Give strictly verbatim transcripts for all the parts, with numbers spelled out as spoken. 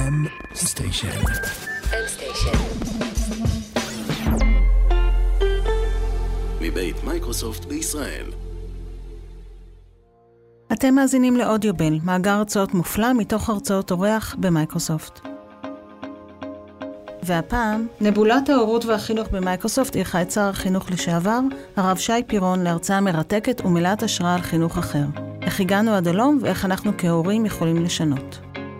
M Station. M Station. מבית מייקרוסופט בישראל. אתם מאזינים לאודיובל, מאגר הרצאות מופלא מתוך הרצאות אורח במייקרוסופט. והפעם, נבולת ההורות והחינוך במייקרוסופט אירחה את שר החינוך לשעבר, הרב שי פירון, להרצאה מרתקת ומילאת השראה על חינוך אחר. איך הגענו עד הלום ואיך אנחנו כהורים יכולים לשנות.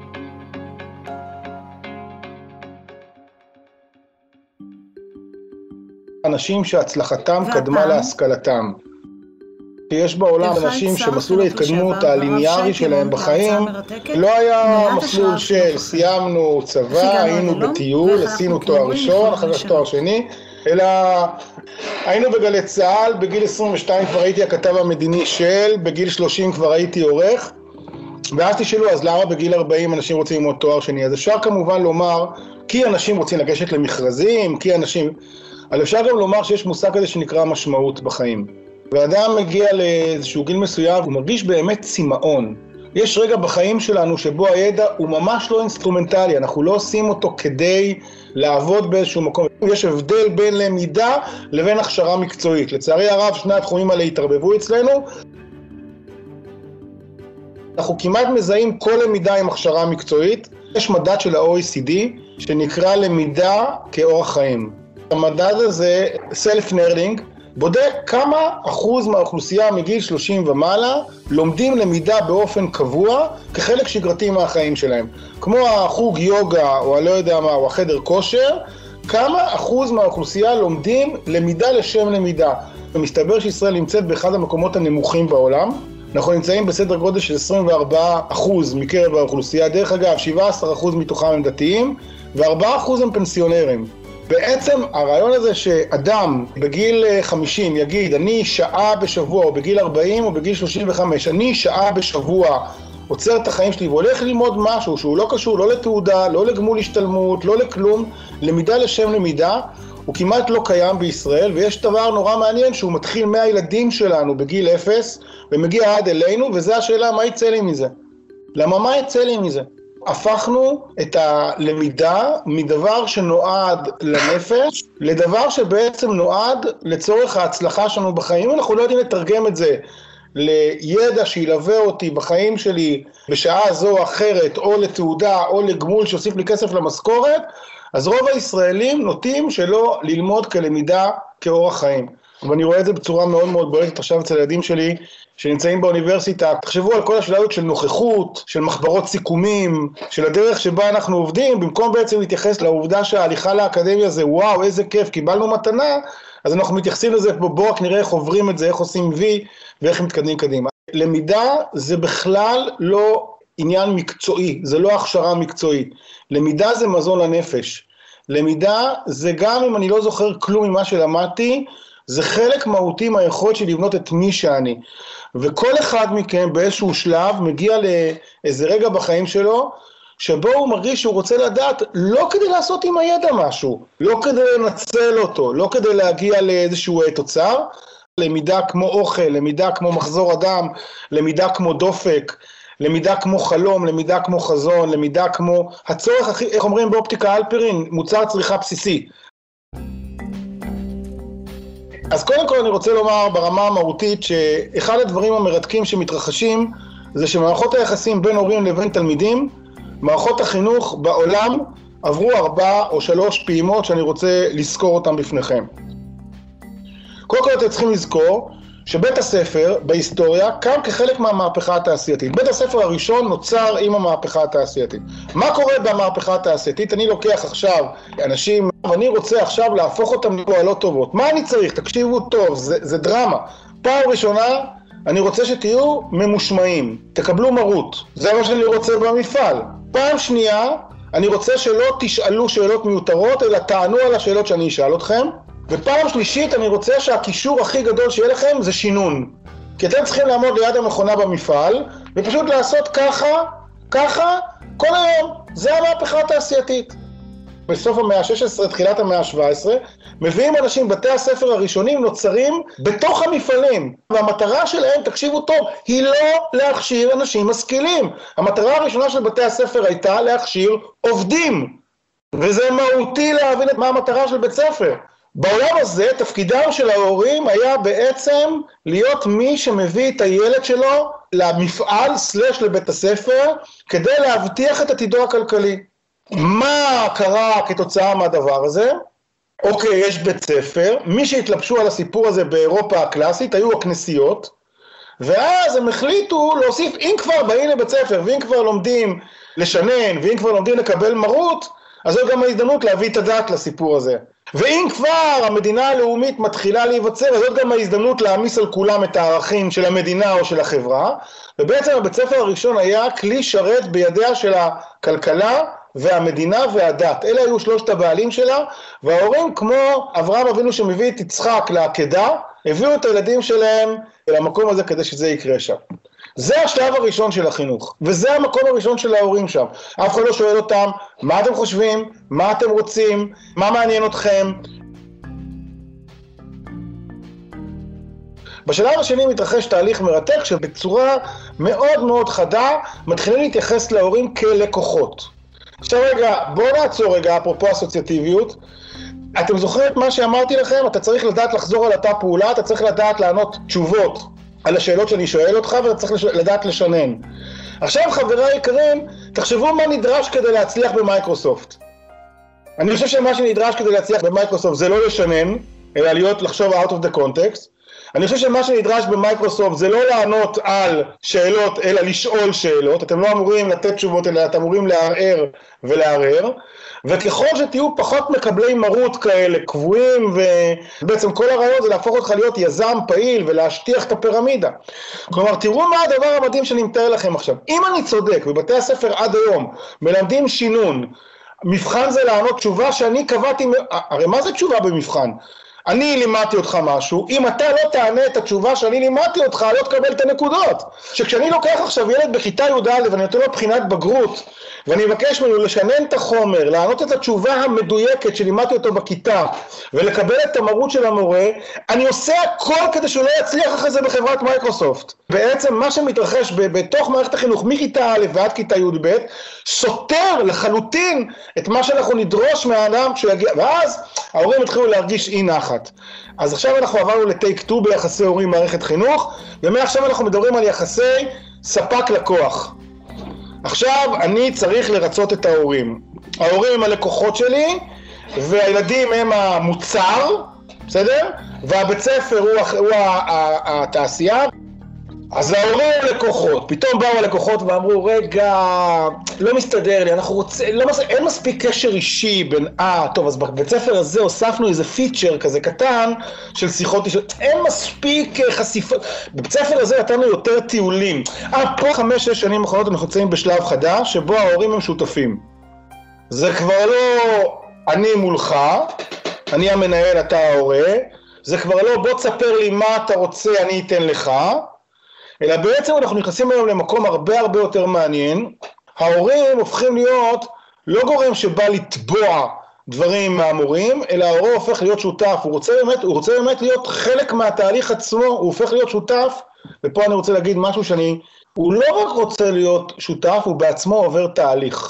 אנשים שהצלחתם קדמה להשכלתם. יש בעולם אנשים שמסלול ההתקדמות הליניארי שלהם בחיים לא היה מסלול של סיימנו צבא, היינו בטיול, עשינו תואר ראשון, אחר כך תואר שני, אלא היינו בגלי צה"ל, בגיל עשרים ושתיים כבר הייתי הכתב המדיני של, בגיל שלושים כבר הייתי עורך, ואז תשאלו, אז למה בגיל ארבעים אנשים רוצים ללמוד תואר שני? אז אפשר כמובן לומר, כי אנשים רוצים לגשת למכרזים, כי אנשים... אבל אפשר גם לומר שיש מושג כזה שנקרא משמעות בחיים. ואדם מגיע לאיזשהו גיל מסוים, הוא מרגיש באמת צמאון. יש רגע בחיים שלנו שבו הידע הוא ממש לא אינסטרומנטלי, אנחנו לא עושים אותו כדי לעבוד באיזשהו מקום. יש הבדל בין למידה לבין הכשרה מקצועית. לצערי הרב, שני התחומים האלה התערבבו אצלנו. אנחנו כמעט מזהים כל למידה עם הכשרה מקצועית. יש מדד של ה-או אי סי די שנקרא למידה כאורח חיים. המדד הזה, Self-Learning, בודק כמה אחוז מהאוכלוסייה מגיל שלושים ומעלה לומדים למידה באופן קבוע כחלק שגרתי מהחיים שלהם. כמו החוג יוגה או הלא יודע מה, או החדר כושר, כמה אחוז מהאוכלוסייה לומדים למידה לשם למידה. ומסתבר שישראל נמצאת באחד המקומות הנמוכים בעולם. אנחנו נמצאים בסדר גודל של עשרים וארבעה אחוז מקרב האוכלוסייה. דרך אגב, שבעה עשר אחוז מתוכם הם דתיים, ו-ארבעה אחוז הם פנסיונרים. בעצם הרעיון הזה שאדם בגיל חמישים יגיד, אני שעה בשבוע, או בגיל ארבעים, או בגיל שלושים וחמש, אני שעה בשבוע עוצר את החיים שלי והולך ללמוד משהו שהוא לא קשור, לא לתעודה, לא לגמול השתלמות, לא לכלום, למידה לשם למידה, הוא כמעט לא קיים בישראל, ויש דבר נורא מעניין שהוא מתחיל מהילדים שלנו בגיל אפס, ומגיע עד אלינו, וזו השאלה, מה יצא לי מזה? למה מה יצא לי מזה? הפכנו את הלמידה מדבר שנועד לנפש, לדבר שבעצם נועד לצורך ההצלחה שלנו בחיים. אנחנו לא יודעים לתרגם את זה לידע שילווה אותי בחיים שלי בשעה זו או אחרת, או לתעודה, או לגמול שיוסיף לי כסף למשכורת, אז רוב הישראלים נוטים שלא ללמוד כלמידה כאורח חיים. ואני רואה את זה בצורה מאוד מאוד בולטת עכשיו אצל הילדים שלי, שנמצאים באוניברסיטה. תחשבו על כל השאלות של נוכחות, של מחברות סיכומים, של הדרך שבה אנחנו עובדים, במקום בעצם להתייחס לעובדה שההליכה לאקדמיה זה וואו, איזה כיף, קיבלנו מתנה, אז אנחנו מתייחסים לזה, בוא רק נראה איך עוברים את זה, איך עושים וי, ואיך מתקדמים קדימה. למידה זה בכלל לא עניין מקצועי, זה לא הכשרה מקצועית. למידה זה מזון לנפש. למידה זה גם אם אני לא זוכר כלום ממה שלמדתי, זה חלק מהותי מהיכולת של לבנות את מי שאני. וכל אחד מכם באיזשהו שלב מגיע לאיזה רגע בחיים שלו, שבו הוא מרגיש שהוא רוצה לדעת, לא כדי לעשות עם הידע משהו, לא כדי לנצל אותו, לא כדי להגיע לאיזשהו תוצר, למידה כמו אוכל, למידה כמו מחזור אדם, למידה כמו דופק, למידה כמו חלום, למידה כמו חזון, למידה כמו הצורך, הכי, איך אומרים באופטיקה אלפרין, מוצר צריכה בסיסי. אז קודם כל אני רוצה לומר ברמה המהותית שאחד הדברים המרתקים שמתרחשים זה שמערכות היחסים בין הורים לבין תלמידים, מערכות החינוך בעולם עברו ארבע או שלוש פעימות שאני רוצה לזכור אותם בפניכם. קודם כל אתם צריכים לזכור שבית הספר בהיסטוריה קם כחלק מהמהפכה התעשייתית. בית הספר הראשון נוצר עם המהפכה התעשייתית. מה קורה במהפכה התעשייתית? אני לוקח עכשיו אנשים, ואני רוצה עכשיו להפוך אותם לפועלות טובות. מה אני צריך? תקשיבו טוב, זה, זה דרמה. פעם ראשונה, אני רוצה שתהיו ממושמעים, תקבלו מרות. זה מה שאני רוצה במפעל. פעם שנייה, אני רוצה שלא תשאלו שאלות מיותרות, אלא תענו על השאלות שאני אשאל אתכם. ופעם שלישית אני רוצה שהקישור הכי גדול שיהיה לכם זה שינון. כי אתם צריכים לעמוד ליד המכונה במפעל, ופשוט לעשות ככה, ככה, כל היום. זה המהפכה התעשייתית. בסוף המאה ה-שש עשרה, תחילת המאה ה-שבע עשרה, מביאים אנשים, בתי הספר הראשונים נוצרים בתוך המפעלים, והמטרה שלהם, תקשיבו טוב, היא לא להכשיר אנשים משכילים. המטרה הראשונה של בתי הספר הייתה להכשיר עובדים, וזה מהותי להבין את מה המטרה של בית ספר. בעולם הזה, תפקידם של ההורים היה בעצם להיות מי שמביא את הילד שלו למפעל סלש לבית הספר, כדי להבטיח את עתידו הכלכלי. מה קרה כתוצאה מהדבר הזה? אוקיי, יש בית ספר, מי שהתלבשו על הסיפור הזה באירופה הקלאסית היו הכנסיות, ואז הם החליטו להוסיף, אם כבר באים לבית ספר, ואם כבר לומדים לשנן, ואם כבר לומדים לקבל מרות, אז זו גם ההזדמנות להביא את הדת לסיפור הזה. ואם כבר המדינה הלאומית מתחילה להיווצר, אז זאת גם ההזדמנות להעמיס על כולם את הערכים של המדינה או של החברה, ובעצם הבית ספר הראשון היה כלי שרת בידיה של הכלכלה והמדינה והדת. אלה היו שלושת הבעלים שלה, וההורים כמו אברהם אבינו שמביא את יצחק לעקדה, הביאו את הילדים שלהם למקום הזה כדי שזה יקרה שם. זה השלב הראשון של החינוך, וזה המקום הראשון של ההורים שם. אף אחד לא שואל אותם, מה אתם חושבים, מה אתם רוצים, מה מעניין אתכם. בשלב השני מתרחש תהליך מרתק, שבצורה מאוד מאוד חדה, מתחילים להתייחס להורים כלקוחות. עכשיו רגע, בואו נעצור רגע, אפרופו אסוציאטיביות. אתם זוכרים את מה שאמרתי לכם? אתה צריך לדעת לחזור על אותה פעולה, אתה צריך לדעת לענות תשובות על השאלות שאני שואל אותך, ואתה צריך לדעת לשנן. עכשיו חבריי יקרים, תחשבו מה נדרש כדי להצליח במייקרוסופט. אני חושב שמה שנדרש כדי להצליח במייקרוסופט זה לא לשנן, אלא להיות לחשוב out of the context. אני חושב שמה שנדרש במייקרוסופט זה לא לענות על שאלות, אלא לשאול שאלות. אתם לא אמורים לתת תשובות, אלא אתם אמורים לערער ולערער. וככל שתהיו פחות מקבלי מרות כאלה, קבועים, ובעצם כל הרעיון זה להפוך אותך להיות יזם פעיל ולהשטיח את הפירמידה. כלומר, תראו מה הדבר המדהים שאני מתאר לכם עכשיו. אם אני צודק, בבתי הספר עד היום מלמדים שינון, מבחן זה לענות תשובה שאני קבעתי, הרי מה זה תשובה במבחן? אני לימדתי אותך משהו, אם אתה לא תענה את התשובה שאני לימדתי אותך, לא תקבל את הנקודות. שכשאני לוקח עכשיו ילד בכיתה י"א ואני נותן לו בחינת בגרות, ואני מבקש ממנו לשנן את החומר, לענות את התשובה המדויקת שלימדתי אותו בכיתה, ולקבל את המרות של המורה, אני עושה הכל כדי שהוא לא יצליח אחרי זה בחברת מייקרוסופט. בעצם מה שמתרחש בתוך מערכת החינוך מכיתה א' ועד כיתה י"ב, סותר לחלוטין את מה שאנחנו נדרוש מהאדם כשהוא יגיע, ואז ההורים התחילו להרגיש אי נחת. אז עכשיו אנחנו עברנו לטייק טו ביחסי הורים מערכת חינוך, ומעכשיו אנחנו מדברים על יחסי ספק לקוח. עכשיו אני צריך לרצות את ההורים. ההורים הם הלקוחות שלי, והילדים הם המוצר, בסדר? והבית ספר הוא, הוא התעשייה. אז ההורים הם לקוחות. פתאום באו הלקוחות ואמרו, רגע, לא מסתדר לי, אנחנו רוצים, לא, אין מספיק קשר אישי בין, אה, טוב, אז בבית ספר הזה הוספנו איזה פיצ'ר כזה קטן של שיחות, אין מספיק חשיפה, בבית ספר הזה נתנו יותר טיולים. אה, פה חמש, שש שנים האחרונות אנחנו נמצאים בשלב חדש, שבו ההורים הם שותפים. זה כבר לא אני מולך, אני המנהל, אתה ההורה, זה כבר לא בוא תספר לי מה אתה רוצה, אני אתן לך, אלא בעצם אנחנו נכנסים היום למקום הרבה הרבה יותר מעניין. ההורים הופכים להיות לא גורם שבא לתבוע דברים מהמורים, אלא ההורה הופך להיות שותף, הוא רוצה באמת, הוא רוצה באמת להיות חלק מהתהליך עצמו, הוא הופך להיות שותף, ופה אני רוצה להגיד משהו שאני, הוא לא רק רוצה להיות שותף, הוא בעצמו עובר תהליך.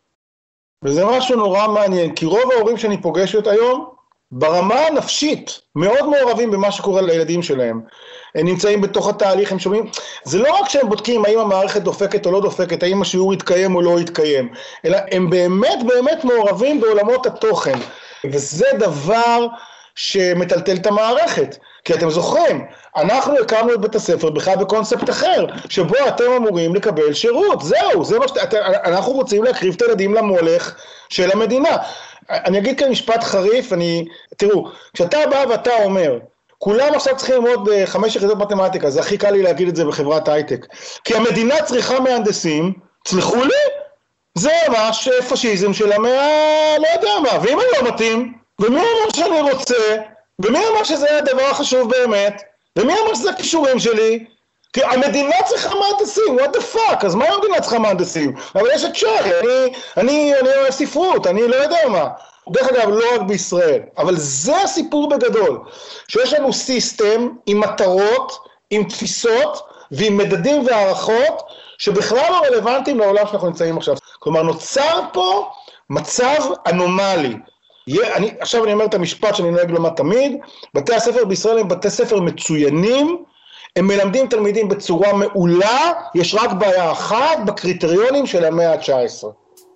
וזה משהו נורא מעניין, כי רוב ההורים שאני פוגשת היום, ברמה הנפשית, מאוד מעורבים במה שקורה לילדים שלהם. הם נמצאים בתוך התהליך, הם שומעים, זה לא רק שהם בודקים האם המערכת דופקת או לא דופקת, האם השיעור יתקיים או לא יתקיים, אלא הם באמת באמת מעורבים בעולמות התוכן, וזה דבר שמטלטל את המערכת, כי אתם זוכרים, אנחנו הקמנו את בית הספר בכלל בקונספט אחר, שבו אתם אמורים לקבל שירות, זהו, זה מה שאת, אנחנו רוצים להקריב את הילדים למולך של המדינה. אני אגיד כאן משפט חריף, אני, תראו, כשאתה בא ואתה אומר, כולם עכשיו צריכים ללמוד חמש יחידות מתמטיקה, זה הכי קל לי להגיד את זה בחברת הייטק, כי המדינה צריכה מהנדסים, צלחו לי, זה ממש פשיזם של המאה, לא יודע מה, ואם אני לא מתאים, ומי אמר שאני רוצה, ומי אמר שזה הדבר החשוב באמת, ומי אמר שזה הכישורים שלי, כי המדינה צריכה מהנדסים, what the fuck, אז מה המדינה צריכה מהנדסים? אבל יש את שרי, אני, אני, אני אוהב ספרות, אני לא יודע מה. דרך אגב, לא רק בישראל, אבל זה הסיפור בגדול, שיש לנו סיסטם עם מטרות, עם תפיסות ועם מדדים והערכות, שבכלל לא רלוונטיים לעולם שאנחנו נמצאים עכשיו. כלומר, נוצר פה מצב אנומלי. אני, עכשיו אני אומר את המשפט שאני נוהג לומר תמיד, בתי הספר בישראל הם בתי ספר מצוינים, הם מלמדים תלמידים בצורה מעולה, יש רק בעיה אחת בקריטריונים של המאה ה-תשע עשרה.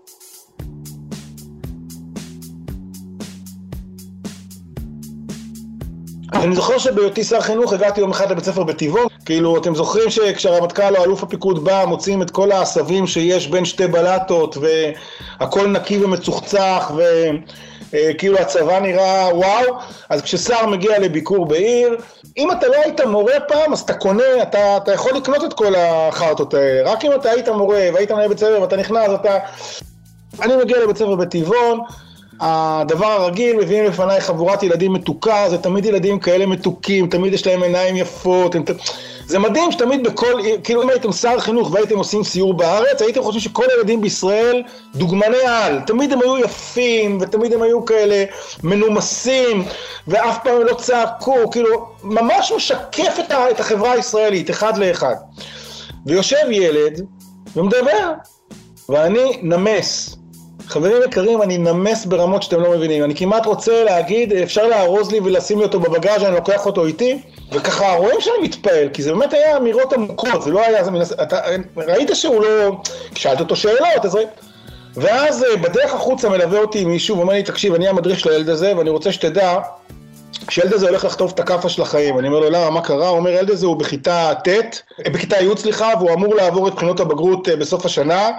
אני זוכר שבהיותי שר חינוך הגעתי יום אחד לבית ספר בטבעון, כאילו אתם זוכרים שכשהרמטכ"ל או אלוף הפיקוד בא, מוצאים את כל העשבים שיש בין שתי בלטות, והכל נקי ומצוחצח, וכאילו הצבא נראה וואו, אז כששר מגיע לביקור בעיר, אם אתה לא היית מורה פעם, אז אתה קונה, אתה, אתה יכול לקנות את כל החרטות האלה, רק אם אתה היית מורה והיית מנהל בית ספר ואתה נכנס, אתה... אני מגיע לבית ספר בטבעון, הדבר הרגיל, מביאים לפניי חבורת ילדים מתוקה, זה תמיד ילדים כאלה מתוקים, תמיד יש להם עיניים יפות, הם... זה מדהים שתמיד בכל, כאילו אם הייתם שר חינוך והייתם עושים סיור בארץ, הייתם חושבים שכל הילדים בישראל דוגמני על, תמיד הם היו יפים, ותמיד הם היו כאלה מנומסים, ואף פעם לא צעקו, כאילו ממש משקף את, ה... את החברה הישראלית, אחד לאחד. ויושב ילד ומדבר, ואני נמס. חברים יקרים, אני נמס ברמות שאתם לא מבינים. אני כמעט רוצה להגיד, אפשר להרוז לי ולשים לי אותו בבגאז', אני לוקח אותו איתי, וככה רואים שאני מתפעל, כי זה באמת היה אמירות עמוקות, זה לא היה, זה מנס... אתה, ראית שהוא לא, שאלת אותו שאלות, אז... ואז בדרך החוצה מלווה אותי מישהו, ואומר לי, תקשיב, אני המדריך של הילד הזה, ואני רוצה שתדע, שהילד הזה הולך לכתוב את הכף של החיים. אני אומר לו, למה, מה קרה? הוא אומר, הילד הזה הוא בכיתה ט', בכיתה י' סליחה, והוא אמור לעבור את בחינות הבגרות בסוף השנה,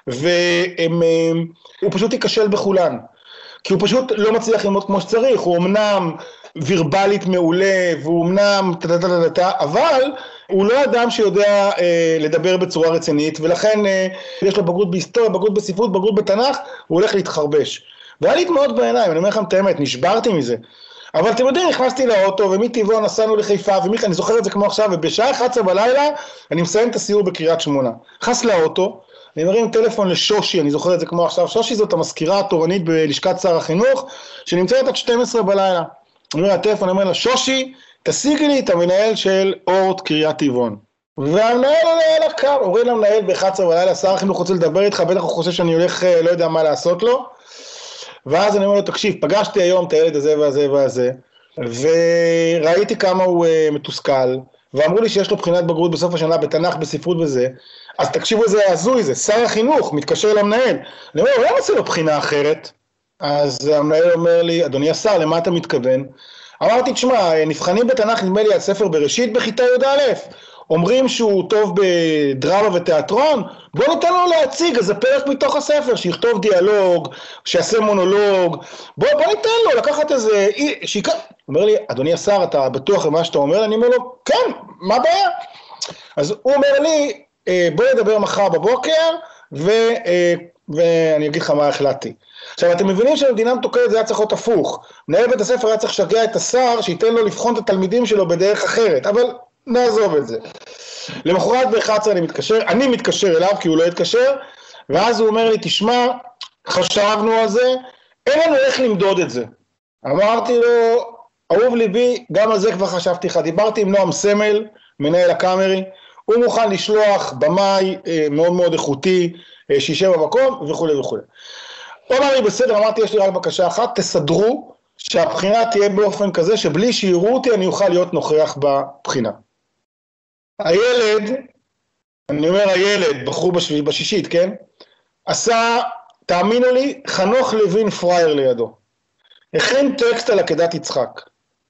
והוא פשוט ייכשל בכולן, כי הוא פשוט לא מצליח ללמוד כמו שצריך, הוא אמנם וירבלית מעולה, והוא אמנם אבל הוא לא אדם שיודע אה, לדבר בצורה רצינית, ולכן אה, יש לו בגרות בהיסטוריה, בגרות בספרות, בגרות בתנ"ך, הוא הולך להתחרבש. והיה לי דמעות בעיניים, אני אומר לכם את האמת, נשברתי מזה. אבל אתם יודעים, נכנסתי לאוטו, ומטבעון נסענו לחיפה, ואני זוכר את זה כמו עכשיו, ובשעה אחת עשרה בלילה, אני מסיים את הסיור בקריית שמונה. נכנס לאוטו, אני מרים טלפון לשושי, אני זוכר את זה כמו עכשיו, שושי זאת המזכירה התורנית בלשכת שר החינוך, שנמצאת עד שתים עשרה בלילה. אני אומר לטלפון, אני אומר לה, שושי, תשיגי לי את המנהל של אורט קריית טבעון. והמנהל עולה על הקו, אומרים למנהל ב-אחת עשרה בלילה, שר החינוך רוצה לדבר איתך, בטח הוא חושב שאני הולך, לא יודע מה לעשות לו. ואז אני אומר לו, תקשיב, פגשתי היום את הילד הזה והזה והזה, וראיתי כמה הוא מתוסכל, ואמרו לי שיש לו בחינת בגרות בסוף השנה בתנ"ך, בספרות וזה, אז תקשיבו איזה הזוי זה, שר החינוך מתקשר למנהל, אני אומר, אולי נעשה לו בחינה אחרת? אז המנהל אומר לי, אדוני השר, למה אתה מתכוון? אמרתי, תשמע, נבחנים בתנ"ך נדמה לי על ספר בראשית בכיתה י"א, אומרים שהוא טוב בדרמה ותיאטרון, בוא ניתן לו להציג איזה פרק מתוך הספר, שיכתוב דיאלוג, שיעשה מונולוג, בוא, בוא ניתן לו לקחת איזה, שיק... הוא אומר לי, אדוני השר, אתה בטוח במה שאתה אומר? אני אומר לו, כן, מה הבעיה? אז הוא אומר לי, בוא נדבר מחר בבוקר, ו... ואני אגיד לך מה החלטתי. עכשיו, אתם מבינים שבמדינה מתוקנת זה היה צריך להיות הפוך. מנהל בית הספר היה צריך לשגע את השר, שייתן לו לבחון את התלמידים שלו בדרך אחרת, אבל נעזוב את זה. למחרת ב-אחת עשרה אני מתקשר, אני מתקשר אליו כי הוא לא התקשר, ואז הוא אומר לי, תשמע, חשבנו על זה, אין לנו איך למדוד את זה. אמרתי לו, אהוב ליבי, גם על זה כבר חשבתי לך, דיברתי עם נועם סמל, מנהל הקאמרי, הוא מוכן לשלוח במאי מאוד מאוד איכותי, שישב במקום וכו' וכו'. הוא אמר לי, בסדר, אמרתי, יש לי רק בקשה אחת, תסדרו שהבחינה תהיה באופן כזה, שבלי שיראו אותי אני אוכל להיות נוכח בבחינה. הילד, אני אומר הילד, בחור בשישית, כן? עשה, תאמינו לי, חנוך לוין פרייר לידו. הכין טקסט על עקדת יצחק.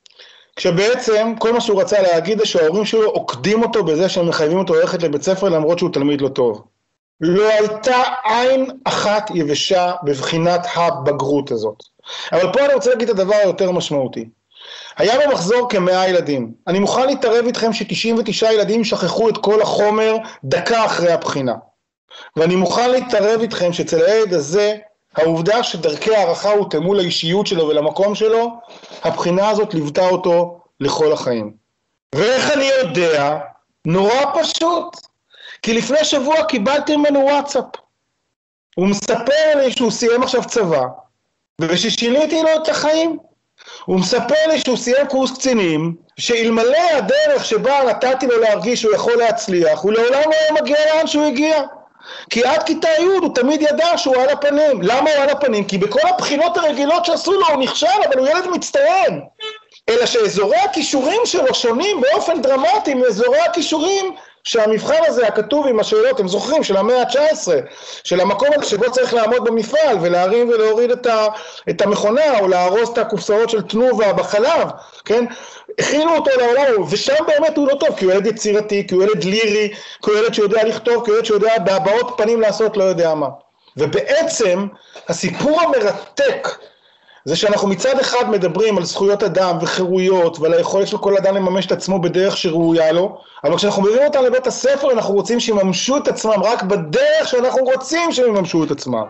כשבעצם כל מה שהוא רצה להגיד זה שההורים שלו עוקדים אותו בזה שהם מחייבים אותו ללכת לבית ספר למרות שהוא תלמיד לא טוב. לא הייתה עין אחת יבשה בבחינת הבגרות הזאת. אבל פה אני רוצה להגיד את הדבר היותר משמעותי. היה במחזור כמאה ילדים. אני מוכן להתערב איתכם ש-תשעים ותשעה ילדים שכחו את כל החומר דקה אחרי הבחינה. ואני מוכן להתערב איתכם שאצל הילד הזה, העובדה שדרכי הערכה הותאמו לאישיות שלו ולמקום שלו, הבחינה הזאת ליוותה אותו לכל החיים. ואיך אני יודע נורא פשוט. כי לפני שבוע קיבלתי ממנו וואטסאפ. הוא מספר לי שהוא סיים עכשיו צבא, וששיניתי לו את החיים. הוא מספר לי שהוא סיים קורס קצינים, שאלמלא הדרך שבה נתתי לו להרגיש שהוא יכול להצליח, הוא לעולם לא היה מגיע לאן שהוא הגיע. כי עד כיתה י' הוא תמיד ידע שהוא על הפנים. למה הוא על הפנים? כי בכל הבחינות הרגילות שעשו לו הוא נכשל, אבל הוא ילד מצטיין. אלא שאזורי הכישורים שלו שונים באופן דרמטי מאזורי הכישורים שהמבחן הזה הכתוב עם השאלות, הם זוכרים, של המאה ה-תשע עשרה, של המקום הזה שבו צריך לעמוד במפעל ולהרים ולהוריד את, ה, את המכונה, או להרוס את הקופסאות של תנובה בחלב, כן? הכינו אותו לעולם, ושם באמת הוא לא טוב, כי הוא ילד יצירתי, כי הוא ילד לירי, כי הוא ילד שיודע לכתוב, כי הוא ילד שיודע בהבעות פנים לעשות לא יודע מה. ובעצם הסיפור המרתק, זה שאנחנו מצד אחד מדברים על זכויות אדם וחירויות ועל היכולת של כל אדם לממש את עצמו בדרך שראויה לו, אבל כשאנחנו מביאים אותם לבית הספר אנחנו רוצים שיממשו את עצמם רק בדרך שאנחנו רוצים שהם יממשו את עצמם.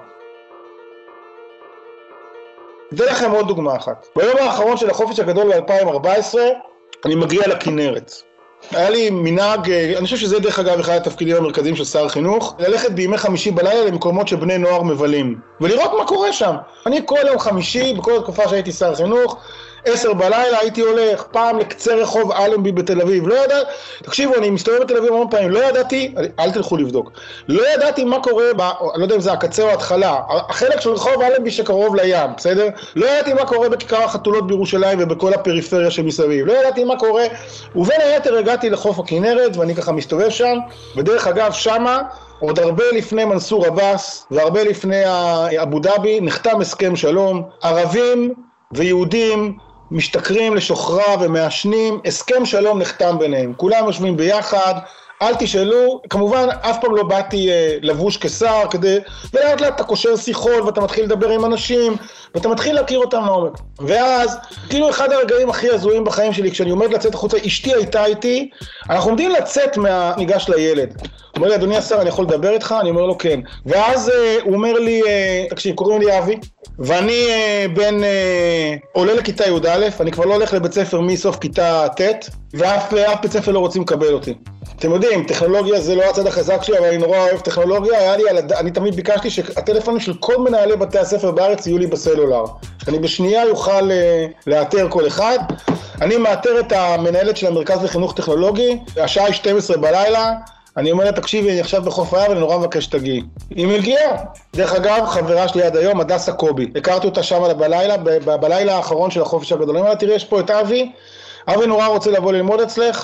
אתן לכם עוד דוגמה אחת. ביום האחרון של החופש הגדול ב-אלפיים וארבע עשרה אני מגיע לכנרת. היה לי מנהג, אני חושב שזה דרך אגב אחד התפקידים המרכזיים של שר החינוך, ללכת בימי חמישי בלילה למקומות שבני נוער מבלים, ולראות מה קורה שם. אני כל יום חמישי, בכל התקופה שהייתי שר חינוך, עשר בלילה הייתי הולך, פעם לקצה רחוב אלנבי בתל אביב, לא ידע, תקשיבו, אני מסתובב בתל אביב המון פעמים, לא ידעתי, אל תלכו לבדוק, לא ידעתי מה קורה, ב, אני לא יודע אם זה הקצה או ההתחלה, החלק של רחוב אלנבי שקרוב לים, בסדר? לא ידעתי מה קורה בכיכר החתולות בירושלים ובכל הפריפריה שמסביב, לא ידעתי מה קורה, ובין היתר הגעתי לחוף הכנרת ואני ככה מסתובב שם, ודרך אגב שמה, עוד הרבה לפני מנסור עבאס והרבה לפני אבו דאבי נחתם הסכם שלום, ערבים ויהודים משתכרים לשוחרה ומעשנים, הסכם שלום נחתם ביניהם, כולם יושבים ביחד, אל תשאלו, כמובן אף פעם לא באתי אה, לבוש כשר, כדי, ולאט לאט אתה קושר שיחות ואתה מתחיל לדבר עם אנשים, ואתה מתחיל להכיר אותם לעומק. ואז, כאילו אחד הרגעים הכי הזויים בחיים שלי, כשאני עומד לצאת החוצה, אשתי הייתה איתי, אנחנו עומדים לצאת מהניגש לילד. הוא אומר לי, אדוני השר, אני יכול לדבר איתך? אני אומר לו, כן. ואז אה, הוא אומר לי, אה, תקשיב, קוראים לי אבי, ואני אה, בין, אה, עולה לכיתה י' א', אני כבר לא הולך לבית ספר מסוף כיתה ט', ואף אף בית ספר לא רוצים לקבל אותי. אתם יודעים, טכנולוגיה זה לא הצד החזק שלי, אבל אני נורא אוהב טכנולוגיה, היה לי, אני תמיד ביקשתי שהטלפונים של כל מנהלי בתי הספר בארץ יהיו לי בסלולר. שאני בשנייה יוכל לאתר כל אחד. אני מאתר את המנהלת של המרכז לחינוך טכנולוגי, השעה היא שתים עשרה בלילה, אני אומר לה, תקשיבי, אני עכשיו בחוף הים ואני נורא מבקש שתגיעי. היא מגיעה. דרך אגב, חברה שלי עד היום, הדסה קובי. הכרתי אותה שם בלילה, ב- בלילה האחרון של החופש הגדול. אני אומר לה, תראי, יש פה את אבי, אבי נורא רוצה לבוא ללמוד אצלך,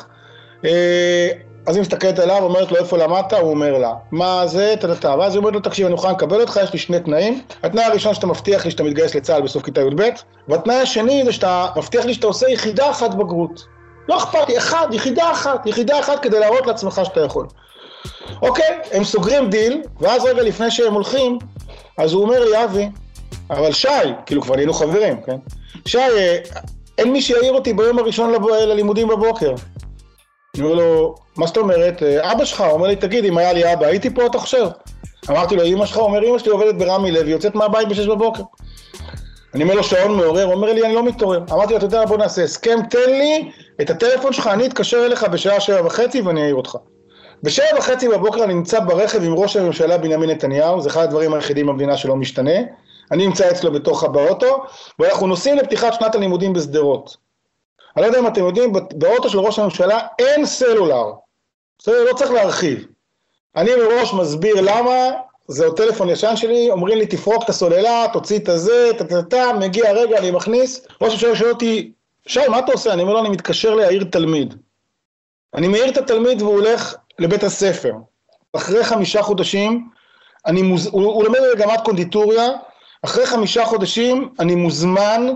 אז היא מסתכלת עליו, אומרת לו איפה למדת, הוא אומר לה, מה זה, תדתה, ואז היא אומרת לו, תקשיב, אני אוכל לקבל אותך, יש לי שני תנאים, התנאי הראשון שאתה מבטיח לי שאתה מתגייס לצה"ל בסוף כיתה י' ב', והתנאי השני זה שאתה מבטיח לי שאתה עושה יחידה אחת בגרות. לא אכפת לי, אחד, יחידה אחת, יחידה אחת כדי להראות לעצמך שאתה יכול. אוקיי, הם סוגרים דיל, ואז רגע לפני שהם הולכים, אז הוא אומר לי, אבי, אבל שי, כאילו כבר נהיינו חברים, כן? שי, אין מי שיעיר אותי ביום הראשון ללימודים בבוקר. אני אומר לו, מה זאת אומרת? אבא שלך, הוא אומר לי, תגיד, אם היה לי אבא, הייתי פה, אתה חושב? אמרתי לו, אמא שלך, הוא אומר, אמא שלי עובדת ברמי לוי, יוצאת מהבית בשש בבוקר. אני אומר לו, שעון מעורר, הוא אומר לי, אני לא מתעורר. אמרתי לו, אתה יודע, בוא נעשה הסכם, תן לי את הטלפון שלך, אני אתקשר אליך בשעה שבע וחצי ואני אעיר אותך. בשבע וחצי בבוקר אני נמצא ברכב עם ראש הממשלה בנימין נתניהו, זה אחד הדברים היחידים במדינה שלא משתנה. אני נמצא אצלו בתוך באוטו, ואנחנו נוסעים לפתיחת שנת הלימודים בסדרות. אני לא יודע אם אתם יודעים, באוטו של ראש הממשלה אין סלולר. בסדר, לא צריך להרחיב. אני מראש מסביר למה, זה עוד טלפון ישן שלי, אומרים לי תפרוק את הסוללה, תוציא את הזה, תתתה, מגיע רגע, אני מכניס. ראש הממשלה שואל אותי, שי, מה אתה עושה? אני אומר לו, אני מתקשר להעיר תלמיד. אני מעיר את התלמיד והוא הולך לבית הספר. אחרי חמישה חודשים, אני מוז... הוא, הוא למד לגמת קונדיטוריה, אחרי חמישה חודשים אני מוזמן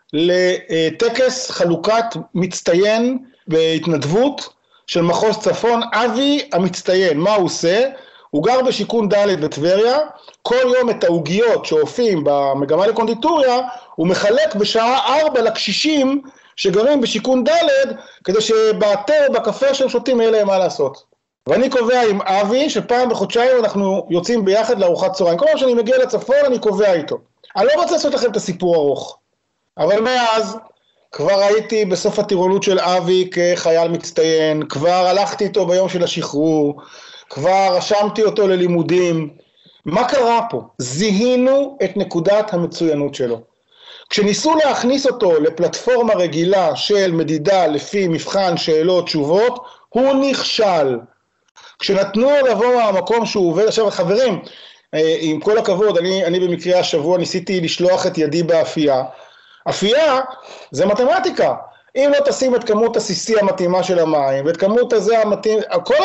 לטקס חלוקת מצטיין בהתנדבות של מחוז צפון, אבי המצטיין. מה הוא עושה? הוא גר בשיכון ד' בטבריה, כל יום את העוגיות שהופיעים במגמה לקונדיטוריה, הוא מחלק בשעה ארבע לקשישים שגרים בשיכון ד' כדי שבאתר, בקפה שהם שותים, יהיה להם מה לעשות. ואני קובע עם אבי שפעם בחודשיים אנחנו יוצאים ביחד לארוחת צהריים. כל פעם שאני מגיע לצפון אני קובע איתו. אני לא רוצה לעשות לכם את הסיפור ארוך. אבל מאז, כבר הייתי בסוף הטירונות של אבי כחייל מצטיין, כבר הלכתי איתו ביום של השחרור, כבר רשמתי אותו ללימודים. מה קרה פה? זיהינו את נקודת המצוינות שלו. כשניסו להכניס אותו לפלטפורמה רגילה של מדידה לפי מבחן שאלות תשובות, הוא נכשל. כשנתנו לבוא מהמקום שהוא עובד, עכשיו חברים, עם כל הכבוד, אני, אני במקרה השבוע ניסיתי לשלוח את ידי באפייה. אפייה זה מתמטיקה. אם לא תשים את כמות הסיסי המתאימה של המים, ואת כמות הזה המתאים, הכל,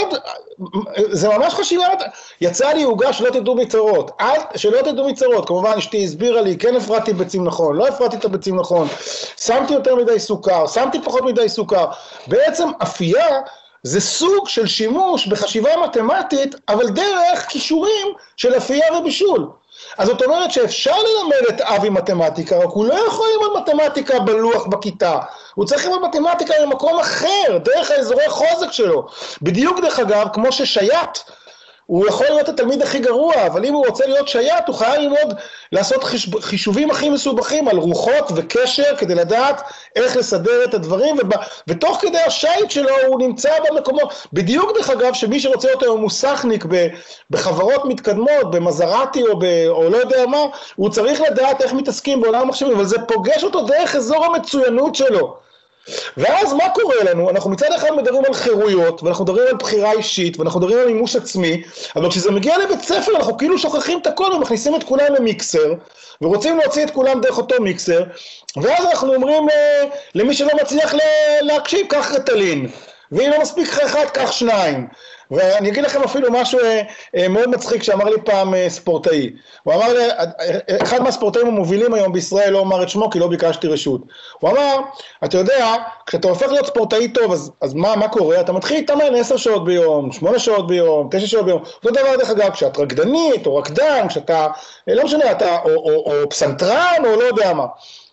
זה ממש חשיבה, יצא לי עוגה שלא תדעו מצרות, אל, שלא תדעו מצרות, כמובן אשתי הסבירה לי, כן הפרעתי ביצים נכון, לא הפרעתי את הביצים נכון, שמתי יותר מדי סוכר, שמתי פחות מדי סוכר, בעצם אפייה זה סוג של שימוש בחשיבה מתמטית, אבל דרך קישורים של אפייה ובישול. אז זאת אומרת שאפשר ללמד את אבי מתמטיקה, רק הוא לא יכול ללמוד מתמטיקה בלוח בכיתה, הוא צריך ללמוד מתמטיקה במקום אחר, דרך האזורי חוזק שלו. בדיוק דרך אגב, כמו ששייט, הוא יכול להיות התלמיד הכי גרוע, אבל אם הוא רוצה להיות שייט, הוא חייב ללמוד לעשות חישוב, חישובים הכי מסובכים על רוחות וקשר, כדי לדעת איך לסדר את הדברים, וב, ותוך כדי השייט שלו הוא נמצא במקומו. בדיוק דרך אגב, שמי שרוצה להיות היום מוסכניק בחברות מתקדמות, במזרתי או, ב, או לא יודע מה, הוא צריך לדעת איך מתעסקים בעולם המחשבים, אבל זה פוגש אותו דרך אזור המצוינות שלו. ואז מה קורה לנו? אנחנו מצד אחד מדברים על חירויות, ואנחנו מדברים על בחירה אישית, ואנחנו מדברים על מימוש עצמי, אבל כשזה מגיע לבית ספר אנחנו כאילו שוכחים את הכל ומכניסים את כולם למיקסר, ורוצים להוציא את כולם דרך אותו מיקסר, ואז אנחנו אומרים למי שלא מצליח להקשיב, קח רטלין, ואם לא מספיק אחד, קח שניים. ואני אגיד לכם אפילו משהו מאוד מצחיק שאמר לי פעם ספורטאי. הוא אמר לי, אחד מהספורטאים המובילים היום בישראל, לא אמר את שמו כי לא ביקשתי רשות. הוא אמר, אתה יודע, כשאתה הופך להיות ספורטאי טוב, אז, אז מה, מה קורה? אתה מתחיל להתאמן עשר שעות ביום, שמונה שעות ביום, תשע שעות ביום. אותו דבר דרך אגב, כשאת רקדנית או רקדן, כשאתה, לא משנה, אתה או, או, או פסנתרן או לא יודע מה.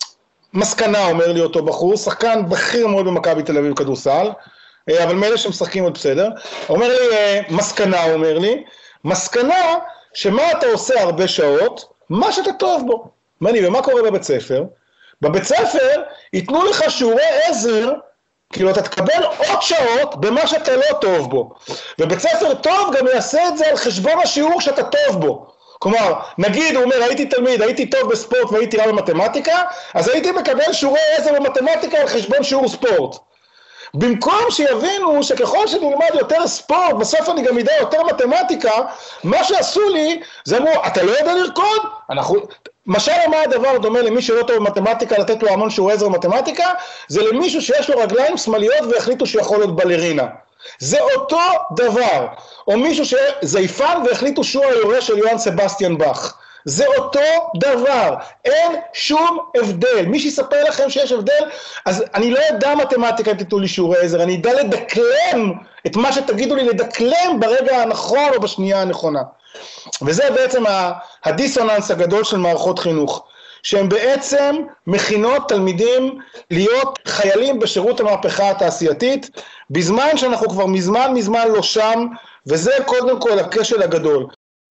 מסקנה, אומר לי אותו בחור, שחקן בכיר מאוד במכבי תל אביב כדורסל, אבל מאלה שמשחקים עוד בסדר, אומר לי, מסקנה, הוא אומר לי, מסקנה שמה אתה עושה הרבה שעות, מה שאתה טוב בו. מה אני, ומה קורה בבית ספר? בבית ספר ייתנו לך שיעורי עזר, כאילו אתה תקבל עוד שעות במה שאתה לא טוב בו. ובית ספר טוב גם יעשה את זה על חשבון השיעור שאתה טוב בו. כלומר, נגיד, הוא אומר, הייתי תלמיד, הייתי טוב בספורט והייתי רע במתמטיקה, אז הייתי מקבל שיעורי עזר במתמטיקה על חשבון שיעור ספורט. במקום שיבינו שככל שנלמד יותר ספורט, בסוף אני גם ידע יותר מתמטיקה, מה שעשו לי, זה אמרו, אתה לא יודע לרקוד? אנחנו... משל מה הדבר דומה למי שלא טוב במתמטיקה, לתת לו המון שיעורי עזר במתמטיקה, זה למישהו שיש לו רגליים שמאליות והחליטו שיכול להיות בלרינה. זה אותו דבר. או מישהו שזייפן והחליטו שהוא היורש של יוהאן סבסטיאן באך. זה אותו דבר, אין שום הבדל. מי שיספר לכם שיש הבדל, אז אני לא יודע מתמטיקה אם תיתנו לי שיעורי עזר, אני אדע לדקלם את מה שתגידו לי, לדקלם ברגע הנכון או בשנייה הנכונה. וזה בעצם הדיסוננס הגדול של מערכות חינוך, שהן בעצם מכינות תלמידים להיות חיילים בשירות המהפכה התעשייתית, בזמן שאנחנו כבר מזמן מזמן לא שם, וזה קודם כל הכשל הגדול.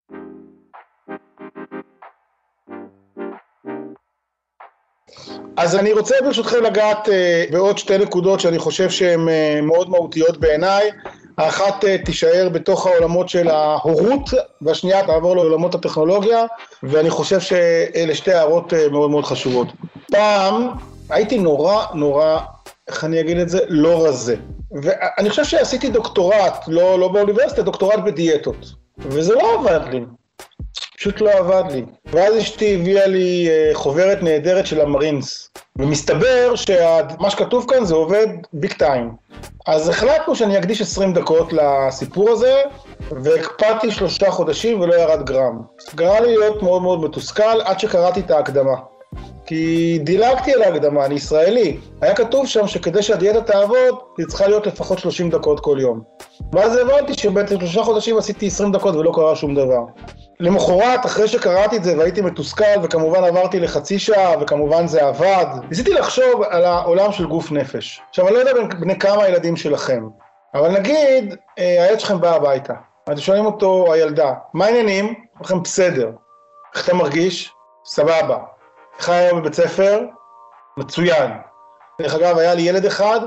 אז אני רוצה ברשותכם לגעת uh, בעוד שתי נקודות שאני חושב שהן uh, מאוד מהותיות בעיניי. האחת uh, תישאר בתוך העולמות של ההורות, והשנייה תעבור לעולמות הטכנולוגיה, ואני חושב שאלה שתי הערות uh, מאוד מאוד חשובות. פעם הייתי נורא נורא, איך אני אגיד את זה, לא רזה. ואני חושב שעשיתי דוקטורט, לא, לא באוניברסיטה, דוקטורט בדיאטות. וזה לא עבד לי. פשוט לא עבד לי. ואז אשתי הביאה לי חוברת נהדרת של המרינס, ומסתבר שמה שכתוב כאן זה עובד ביג טיים. אז החלטנו שאני אקדיש עשרים דקות לסיפור הזה, והקפאתי שלושה חודשים ולא ירד גרם. גרם לי להיות מאוד מאוד מתוסכל עד שקראתי את ההקדמה. כי דילגתי על ההקדמה, אני ישראלי. היה כתוב שם שכדי שהדיאטה תעבוד, היא צריכה להיות לפחות שלושים דקות כל יום. ואז הבנתי שבעצם שלושה חודשים עשיתי עשרים דקות ולא קרה שום דבר. למחרת, אחרי שקראתי את זה והייתי מתוסכל, וכמובן עברתי לחצי שעה, וכמובן זה עבד, ניסיתי לחשוב על העולם של גוף נפש. עכשיו, אני לא יודע בני כמה הילדים שלכם, אבל נגיד, הילד שלכם בא הביתה. אתם שואלים אותו, הילדה, מה העניינים? לכם בסדר. איך אתה מרגיש? סבבה. איך היה בבית ספר? מצוין. דרך אגב, היה לי ילד אחד,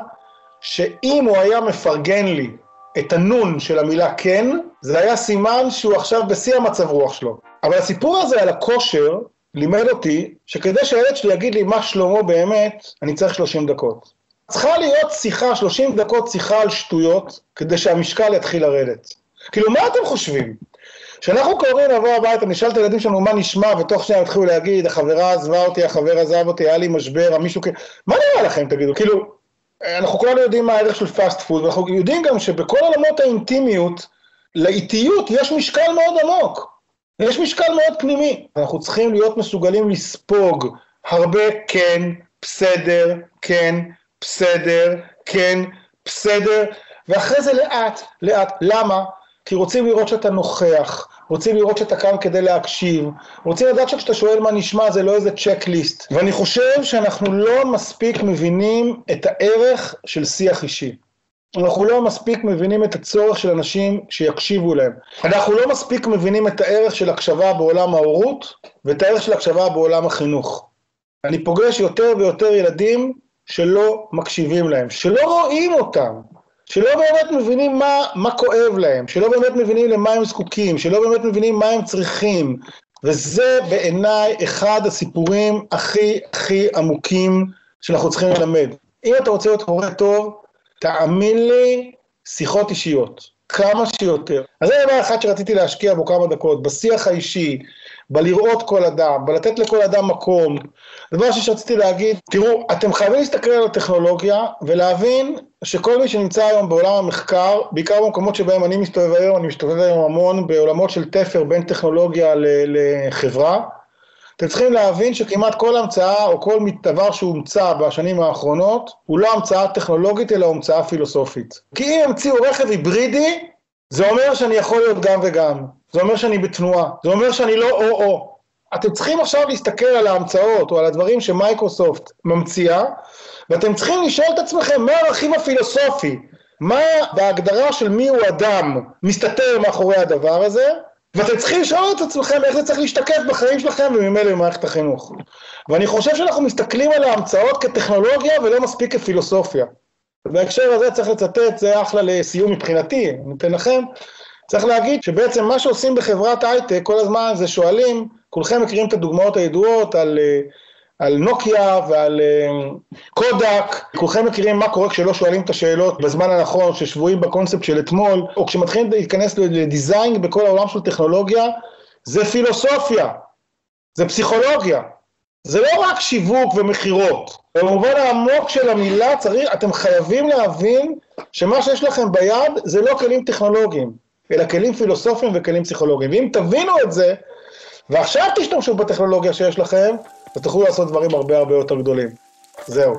שאם הוא היה מפרגן לי את הנון של המילה כן, זה היה סימן שהוא עכשיו בשיא המצב רוח שלו. אבל הסיפור הזה על הכושר לימד אותי שכדי שהילד שלי יגיד לי מה שלמה באמת, אני צריך שלושים דקות. צריכה להיות שיחה, שלושים דקות שיחה על שטויות, כדי שהמשקל יתחיל לרדת. כאילו, מה אתם חושבים? כשאנחנו קוראים לבוא הביתה, נשאל את הילדים שלנו מה נשמע, ותוך שניה התחילו להגיד, החברה עזבה אותי, החבר עזב אותי, היה לי משבר, המישהו כ... מה נראה לכם, תגידו? כאילו, אנחנו כולנו יודעים מה הערך של פאסט פוד, ואנחנו יודעים גם שבכל עולמות האינטימיות, לאיטיות יש משקל מאוד עמוק. יש משקל מאוד פנימי. אנחנו צריכים להיות מסוגלים לספוג הרבה כן, בסדר, כן, בסדר, כן, בסדר, ואחרי זה לאט, לאט. למה? כי רוצים לראות שאתה נוכח, רוצים לראות שאתה כאן כדי להקשיב, רוצים לדעת שכשאתה שואל מה נשמע, זה לא איזה צ'קליסט. ואני חושב שאנחנו לא מספיק מבינים את הערך של שיח אישי. אנחנו לא מספיק מבינים את הצורך של אנשים שיקשיבו להם. אנחנו לא מספיק מבינים את הערך של הקשבה בעולם ההורות, ואת הערך של הקשבה בעולם החינוך. אני פוגש יותר ויותר ילדים שלא מקשיבים להם, שלא רואים אותם, שלא באמת מבינים מה, מה כואב להם, שלא באמת מבינים למה הם זקוקים, שלא באמת מבינים מה הם צריכים. וזה בעיניי אחד הסיפורים הכי הכי עמוקים שאנחנו צריכים ללמד. אם אתה רוצה להיות הורה טוב, תאמין לי, שיחות אישיות, כמה שיותר. אז זה דבר אחד שרציתי להשקיע בו כמה דקות, בשיח האישי, בלראות כל אדם, בלתת לכל אדם מקום. דבר שרציתי להגיד, תראו, אתם חייבים להסתכל על הטכנולוגיה, ולהבין שכל מי שנמצא היום בעולם המחקר, בעיקר במקומות שבהם אני מסתובב היום, אני מסתובב היום המון, בעולמות של תפר בין טכנולוגיה לחברה, אתם צריכים להבין שכמעט כל המצאה או כל דבר שהומצא בשנים האחרונות, הוא לא המצאה טכנולוגית אלא המצאה פילוסופית. כי אם המציאו רכב היברידי, זה אומר שאני יכול להיות גם וגם. זה אומר שאני בתנועה. זה אומר שאני לא או-או. אתם צריכים עכשיו להסתכל על ההמצאות או על הדברים שמייקרוסופט ממציאה, ואתם צריכים לשאול את עצמכם מה הרכיב הפילוסופי, מה בהגדרה של מי הוא אדם מסתתר מאחורי הדבר הזה, ואתם צריכים לשאול את עצמכם איך זה צריך להשתקף בחיים שלכם וממילא במערכת החינוך. ואני חושב שאנחנו מסתכלים על ההמצאות כטכנולוגיה ולא מספיק כפילוסופיה. בהקשר הזה צריך לצטט, זה אחלה לסיום מבחינתי, אני אתן לכם, צריך להגיד שבעצם מה שעושים בחברת הייטק כל הזמן זה שואלים, כולכם מכירים את הדוגמאות הידועות על, על נוקיה ועל קודק, כולכם מכירים מה קורה כשלא שואלים את השאלות בזמן הנכון, ששבועים בקונספט של אתמול, או כשמתחילים להיכנס לדיזיין בכל העולם של טכנולוגיה, זה פילוסופיה, זה פסיכולוגיה, זה לא רק שיווק ומחירות, במובן העמוק של המילה צריך, אתם חייבים להבין שמה שיש לכם ביד זה לא כלים טכנולוגיים, אלא כלים פילוסופיים וכלים פסיכולוגיים, ואם תבינו את זה, ועכשיו תשתמשו בטכנולוגיה שיש לכם, אז תוכלו לעשות דברים הרבה הרבה יותר גדולים. זהו.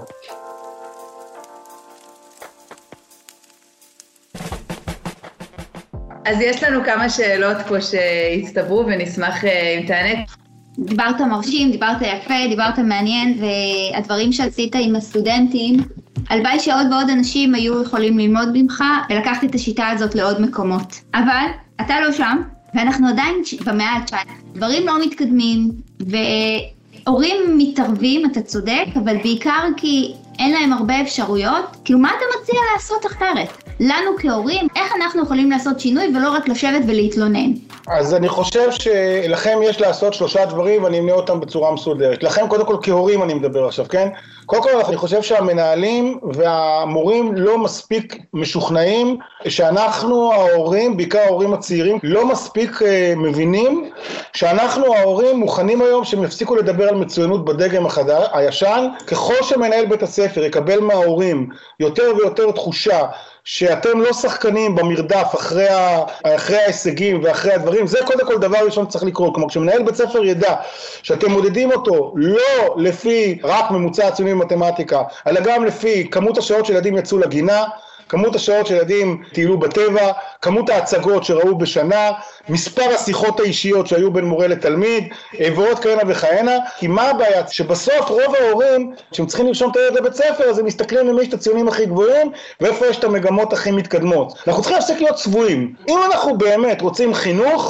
אז יש לנו כמה שאלות פה שהצטברו ונשמח אם תענה. דיברת מרשים, דיברת יפה, דיברת מעניין, והדברים שעשית עם הסטודנטים, הלוואי שעוד ועוד אנשים היו יכולים ללמוד ממך ולקחת את השיטה הזאת לעוד מקומות. אבל אתה לא שם, ואנחנו עדיין במאה ה-תשע עשרה. דברים לא מתקדמים, והורים מתערבים, אתה צודק, אבל בעיקר כי אין להם הרבה אפשרויות. כאילו, מה אתה מציע לעשות אחרת? לנו כהורים, איך אנחנו יכולים לעשות שינוי ולא רק לשבת ולהתלונן? אז אני חושב שלכם יש לעשות שלושה דברים, ואני אמנה אותם בצורה מסודרת. לכם, קודם כל, כהורים אני מדבר עכשיו, כן? קודם כל, אני חושב שהמנהלים והמורים לא מספיק משוכנעים, שאנחנו ההורים, בעיקר ההורים הצעירים, לא מספיק uh, מבינים, שאנחנו ההורים מוכנים היום שהם יפסיקו לדבר על מצוינות בדגם החדש, הישן, ככל שמנהל בית הספר יקבל מההורים יותר ויותר תחושה, שאתם לא שחקנים במרדף אחרי, ה... אחרי ההישגים ואחרי הדברים, זה קודם כל דבר ראשון צריך לקרות. כלומר, כשמנהל בית ספר ידע שאתם מודדים אותו לא לפי רק ממוצע הציונים במתמטיקה, אלא גם לפי כמות השעות שילדים יצאו לגינה, כמות השעות שילדים טיילו בטבע, כמות ההצגות שראו בשנה, מספר השיחות האישיות שהיו בין מורה לתלמיד, ועוד כהנה וכהנה. כי מה הבעיה? שבסוף רוב ההורים, שהם צריכים לרשום את הילד לבית ספר, אז הם מסתכלים למי יש את הציונים הכי גבוהים, ואיפה יש את המגמות הכי מתקדמות. אנחנו צריכים להפסיק להיות צבועים. אם אנחנו באמת רוצים חינוך,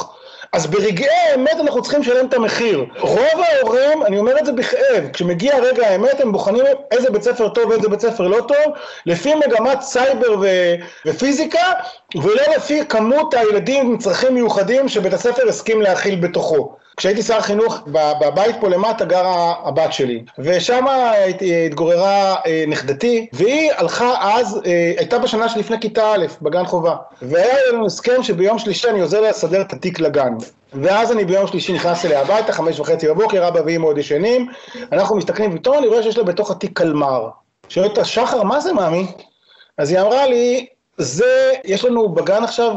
אז ברגעי האמת אנחנו צריכים לשלם את המחיר. רוב ההורים, אני אומר את זה בכאב, כשמגיע רגע האמת הם בוחנים איזה בית ספר טוב ואיזה בית ספר לא טוב, לפי מגמת סייבר ו- ופיזיקה, ולא לפי כמות הילדים עם צרכים מיוחדים שבית הספר הסכים להכיל בתוכו. כשהייתי שר חינוך, בבית פה למטה גרה הבת שלי, ושם התגוררה נכדתי, והיא הלכה אז, הייתה בשנה שלפני כיתה א', בגן חובה, והיה לנו הסכם שביום שלישי אני עוזר לה לסדר את התיק לגן. ואז אני ביום שלישי נכנס אליה הביתה, חמש וחצי בבוקר, אבא ואמא עוד ישנים, אנחנו מסתכלים, ופתאום אני רואה שיש לה בתוך התיק קלמר. שואלת אותה, שחר, מה זה מאמי? אז היא אמרה לי, זה, יש לנו בגן עכשיו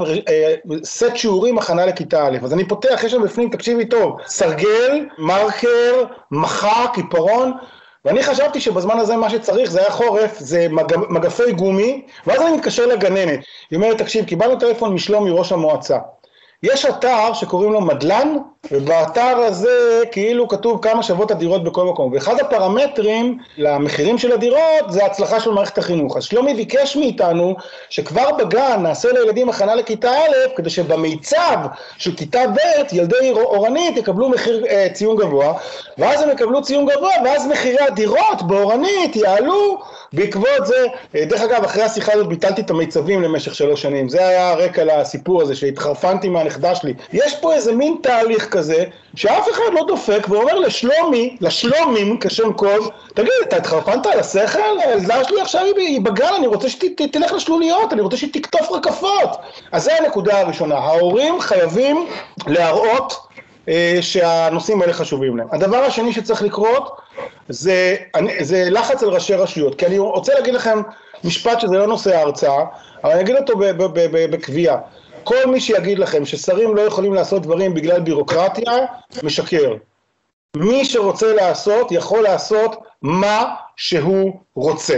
סט שיעורים הכנה לכיתה א', אז אני פותח, יש לנו בפנים, תקשיבי טוב, סרגל, מרקר, מחק, עיפרון, ואני חשבתי שבזמן הזה מה שצריך, זה היה חורף, זה מגפי גומי, ואז אני מתקשר לגננת, היא אומרת, תקשיב, קיבלנו טלפון משלום מראש המועצה, יש אתר שקוראים לו מדלן, ובאתר הזה כאילו כתוב כמה שוות הדירות בכל מקום, ואחד הפרמטרים למחירים של הדירות זה ההצלחה של מערכת החינוך. אז שלומי ביקש מאיתנו שכבר בגן נעשה לילדים הכנה לכיתה א', כדי שבמיצב של כיתה ב' ילדי אורנית יקבלו מחיר אה, ציון גבוה, ואז הם יקבלו ציון גבוה, ואז מחירי הדירות באורנית יעלו בעקבות זה. דרך אגב, אחרי השיחה הזאת ביטלתי את המיצבים למשך שלוש שנים, זה היה הרקע לסיפור הזה שהתחרפנתי מהנכדה שלי. יש פה איזה מין תהליך כזה, שאף אחד לא דופק ואומר לשלומי, לשלומים כשם קוד, תגיד, אתה התחרפנת על השכל? הילדה שלי עכשיו היא בגן, אני רוצה שתלך לשלוליות, אני רוצה שתקטוף רקפות. אז זה הנקודה הראשונה, ההורים חייבים להראות אה, שהנושאים האלה חשובים להם. הדבר השני שצריך לקרות, זה, זה לחץ על ראשי רשויות, כי אני רוצה להגיד לכם משפט שזה לא נושא ההרצאה, אבל אני אגיד אותו בקביעה. כל מי שיגיד לכם ששרים לא יכולים לעשות דברים בגלל בירוקרטיה, משקר. מי שרוצה לעשות, יכול לעשות מה שהוא רוצה.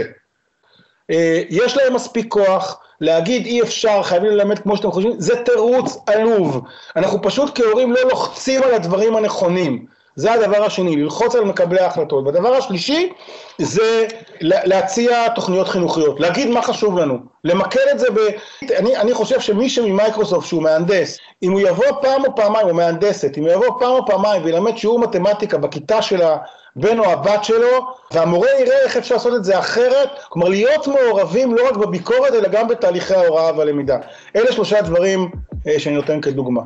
יש להם מספיק כוח, להגיד אי אפשר, חייבים ללמד כמו שאתם חושבים, זה תירוץ עלוב. אנחנו פשוט כהורים לא לוחצים על הדברים הנכונים. זה הדבר השני, ללחוץ על מקבלי ההחלטות. והדבר השלישי זה להציע תוכניות חינוכיות, להגיד מה חשוב לנו, למקד את זה ב... אני, אני חושב שמי שממייקרוסופט שהוא מהנדס, אם הוא יבוא פעם או פעמיים, או מהנדסת, אם הוא יבוא פעם או פעמיים וילמד שיעור מתמטיקה בכיתה של הבן או הבת שלו, והמורה יראה איך אפשר לעשות את זה אחרת, כלומר להיות מעורבים לא רק בביקורת, אלא גם בתהליכי ההוראה והלמידה. אלה שלושה דברים שאני נותן כדוגמה.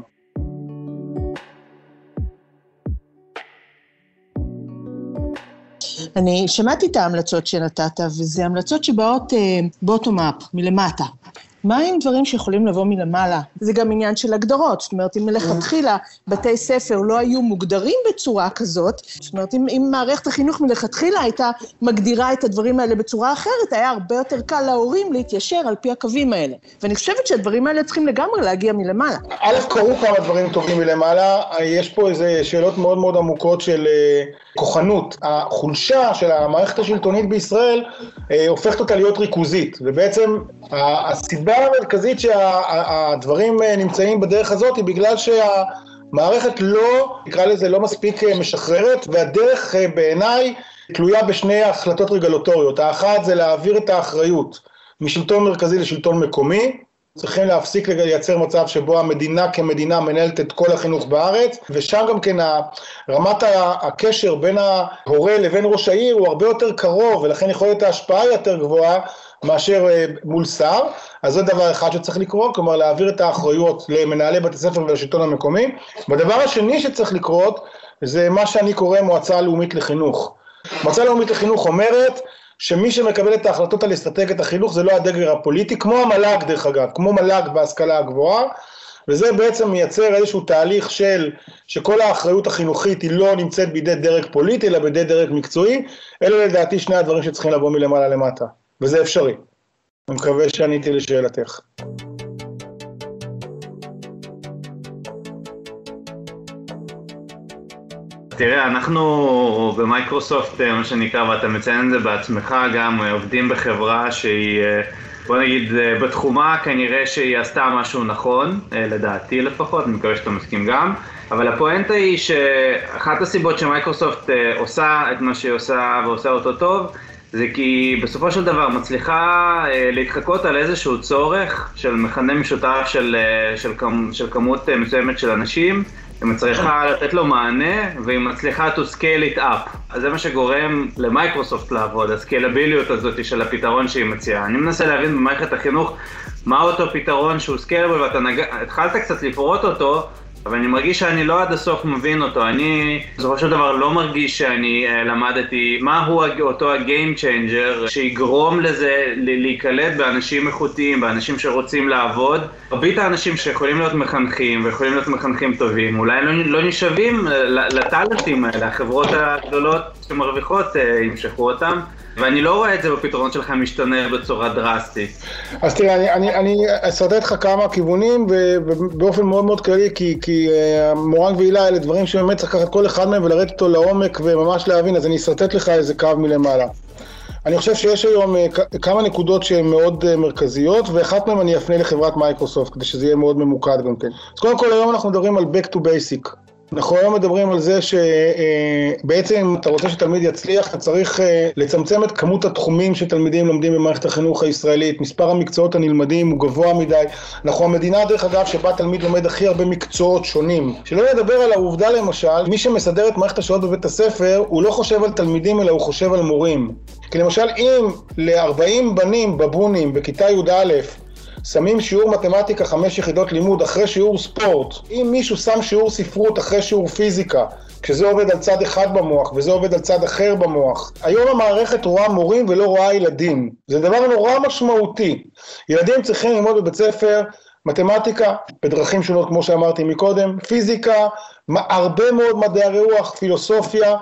אני שמעתי את ההמלצות שנתת, וזה המלצות שבאות בוטום-אפ, מלמטה. מה עם דברים שיכולים לבוא מלמעלה? זה גם עניין של הגדרות, זאת אומרת, אם מלכתחילה בתי ספר לא היו מוגדרים בצורה כזאת, זאת אומרת, אם, אם מערכת החינוך מלכתחילה הייתה מגדירה את הדברים האלה בצורה אחרת, היה הרבה יותר קל להורים להתיישר על פי הקווים האלה. ואני חושבת שהדברים האלה צריכים לגמרי להגיע מלמעלה. א', קראו כמה דברים טובים מלמעלה, יש פה איזה שאלות מאוד מאוד עמוקות של כוחנות. החולשה של המערכת השלטונית בישראל הופכת אותה להיות ריכוזית, ובעצם הסיבה המרכזית שהדברים נמצאים בדרך הזאת היא בגלל שהמערכת לא, נקרא לזה, לא מספיק משחררת, והדרך בעיניי תלויה בשני החלטות רגולטוריות. האחת זה להעביר את האחריות משלטון מרכזי לשלטון מקומי, צריכים להפסיק לייצר מצב שבו המדינה כמדינה מנהלת את כל החינוך בארץ, ושם גם כן רמת הקשר בין ההורה לבין ראש העיר הוא הרבה יותר קרוב, ולכן יכול להיות ההשפעה יותר גבוהה מאשר מול שר. אז זה דבר אחד שצריך לקרות, כלומר להעביר את האחריות למנהלי בתי ספר ולשלטון המקומי. והדבר השני שצריך לקרות, זה מה שאני קורא מועצה לאומית לחינוך. מועצה לאומית לחינוך אומרת, שמי שמקבל את ההחלטות על אסטרטגיית החינוך זה לא הדגל הפוליטי, כמו המל"ג דרך אגב, כמו מל"ג בהשכלה הגבוהה, וזה בעצם מייצר איזשהו תהליך של, שכל האחריות החינוכית היא לא נמצאת בידי דרג פוליטי, אלא בידי דרג מקצועי. אלה לדעתי שני הדברים שצריכים לבוא מלמעלה למטה, וזה אפשרי. אני מקווה שעניתי לשאלתך. תראה, אנחנו במייקרוסופט, מה שנקרא, ואתה מציין את זה בעצמך, גם עובדים בחברה שהיא, בוא נגיד, בתחומה כנראה שהיא עשתה משהו נכון, לדעתי לפחות, אני מקווה שאתה מסכים גם, אבל הפואנטה היא שאחת הסיבות שמייקרוסופט עושה את מה שהיא עושה ועושה אותו טוב, זה כי בסופו של דבר מצליחה להתחקות על איזשהו צורך של מכנה משותף של, של, של כמות מסוימת של אנשים, היא מצליחה לתת לו מענה, והיא מצליחה to scale it up. אז זה מה שגורם למייקרוסופט לעבוד, הסקלביליות הזאת של הפתרון שהיא מציעה. אני מנסה להבין במערכת החינוך מה אותו פתרון שהוא סקלבל, ואתה נג... התחלת קצת לפרוט אותו, אבל אני מרגיש שאני לא עד הסוף מבין אותו. אני בסופו של דבר לא מרגיש שאני uh, למדתי מהו אותו ה-game changer שיגרום לזה להיקלט באנשים איכותיים, באנשים שרוצים לעבוד. רבית האנשים שיכולים להיות מחנכים ויכולים להיות מחנכים טובים, אולי לא, לא נשאבים לטלנטים האלה, החברות הגדולות שמרוויחות uh, ימשכו אותם. ואני לא רואה את זה בפתרון שלך משתנה בצורה דרסטית. אז תראה, אני, אני, אני אסרטט לך כמה כיוונים, ובאופן מאוד מאוד כללי, כי, כי מורן והילה אלה דברים שבאמת צריך לקחת כל אחד מהם ולרדת אותו לעומק וממש להבין, אז אני אסרטט לך איזה קו מלמעלה. אני חושב שיש היום כמה נקודות שהן מאוד מרכזיות, ואחת מהן אני אפנה לחברת מייקרוסופט, כדי שזה יהיה מאוד ממוקד גם כן. אז קודם כל היום אנחנו מדברים על back to basic. אנחנו היום מדברים על זה שבעצם אם אתה רוצה שתלמיד יצליח, אתה צריך לצמצם את כמות התחומים שתלמידים לומדים במערכת החינוך הישראלית, מספר המקצועות הנלמדים הוא גבוה מדי, אנחנו המדינה דרך אגב שבה תלמיד לומד הכי הרבה מקצועות שונים, שלא נדבר על העובדה למשל, מי שמסדר את מערכת השעות בבית הספר, הוא לא חושב על תלמידים אלא הוא חושב על מורים, כי למשל אם ל-ארבעים בנים בבונים בכיתה י"א, שמים שיעור מתמטיקה חמש יחידות לימוד אחרי שיעור ספורט, אם מישהו שם שיעור ספרות אחרי שיעור פיזיקה, כשזה עובד על צד אחד במוח וזה עובד על צד אחר במוח, היום המערכת רואה מורים ולא רואה ילדים, זה דבר נורא משמעותי. ילדים צריכים ללמוד בבית ספר מתמטיקה בדרכים שונות כמו שאמרתי מקודם, פיזיקה, הרבה מאוד מדעי הרוח, פילוסופיה,